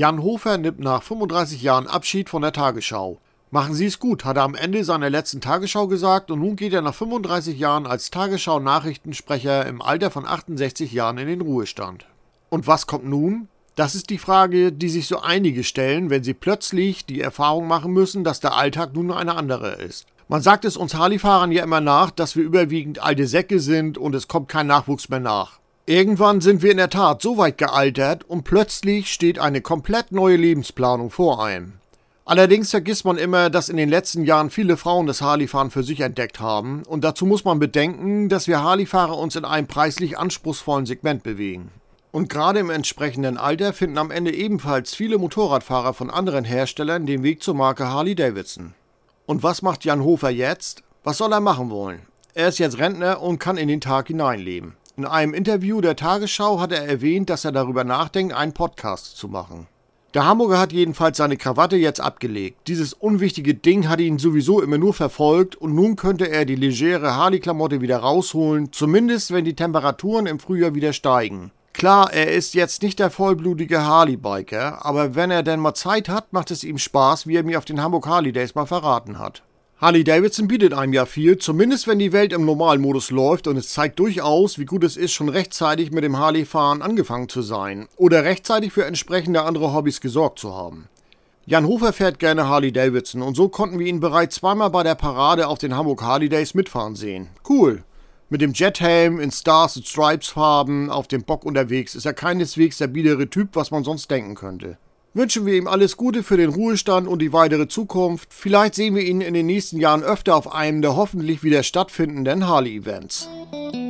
Jan Hofer nimmt nach 35 Jahren Abschied von der Tagesschau. Machen Sie es gut, hat er am Ende seiner letzten Tagesschau gesagt und nun geht er nach 35 Jahren als Tagesschau-Nachrichtensprecher im Alter von 68 Jahren in den Ruhestand. Und was kommt nun? Das ist die Frage, die sich so einige stellen, wenn sie plötzlich die Erfahrung machen müssen, dass der Alltag nun eine andere ist. Man sagt es uns Harley-Fahrern ja immer nach, dass wir überwiegend alte Säcke sind und es kommt kein Nachwuchs mehr nach. Irgendwann sind wir in der Tat so weit gealtert und plötzlich steht eine komplett neue Lebensplanung vor einem. Allerdings vergisst man immer, dass in den letzten Jahren viele Frauen das Harley-Fahren für sich entdeckt haben und dazu muss man bedenken, dass wir Harley-Fahrer uns in einem preislich anspruchsvollen Segment bewegen. Und gerade im entsprechenden Alter finden am Ende ebenfalls viele Motorradfahrer von anderen Herstellern den Weg zur Marke Harley-Davidson. Und was macht Jan Hofer jetzt? Was soll er machen wollen? Er ist jetzt Rentner und kann in den Tag hineinleben. In einem Interview der Tagesschau hat er erwähnt, dass er darüber nachdenkt, einen Podcast zu machen. Der Hamburger hat jedenfalls seine Krawatte jetzt abgelegt. Dieses unwichtige Ding hat ihn sowieso immer nur verfolgt und nun könnte er die legere Harley-Klamotte wieder rausholen, zumindest wenn die Temperaturen im Frühjahr wieder steigen. Klar, er ist jetzt nicht der vollblutige Harley-Biker, aber wenn er denn mal Zeit hat, macht es ihm Spaß, wie er mir auf den Hamburg Harley Days mal verraten hat. Harley-Davidson bietet einem ja viel, zumindest wenn die Welt im Normalmodus läuft und es zeigt durchaus, wie gut es ist, schon rechtzeitig mit dem Harley-Fahren angefangen zu sein oder rechtzeitig für entsprechende andere Hobbys gesorgt zu haben. Jan Hofer fährt gerne Harley-Davidson und so konnten wir ihn bereits zweimal bei der Parade auf den Hamburg Harley Days mitfahren sehen. Cool! Mit dem Jethelm in Stars and Stripes Farben auf dem Bock unterwegs ist er keineswegs der biedere Typ, was man sonst denken könnte. Wünschen wir ihm alles Gute für den Ruhestand und die weitere Zukunft. Vielleicht sehen wir ihn in den nächsten Jahren öfter auf einem der hoffentlich wieder stattfindenden Harley-Events.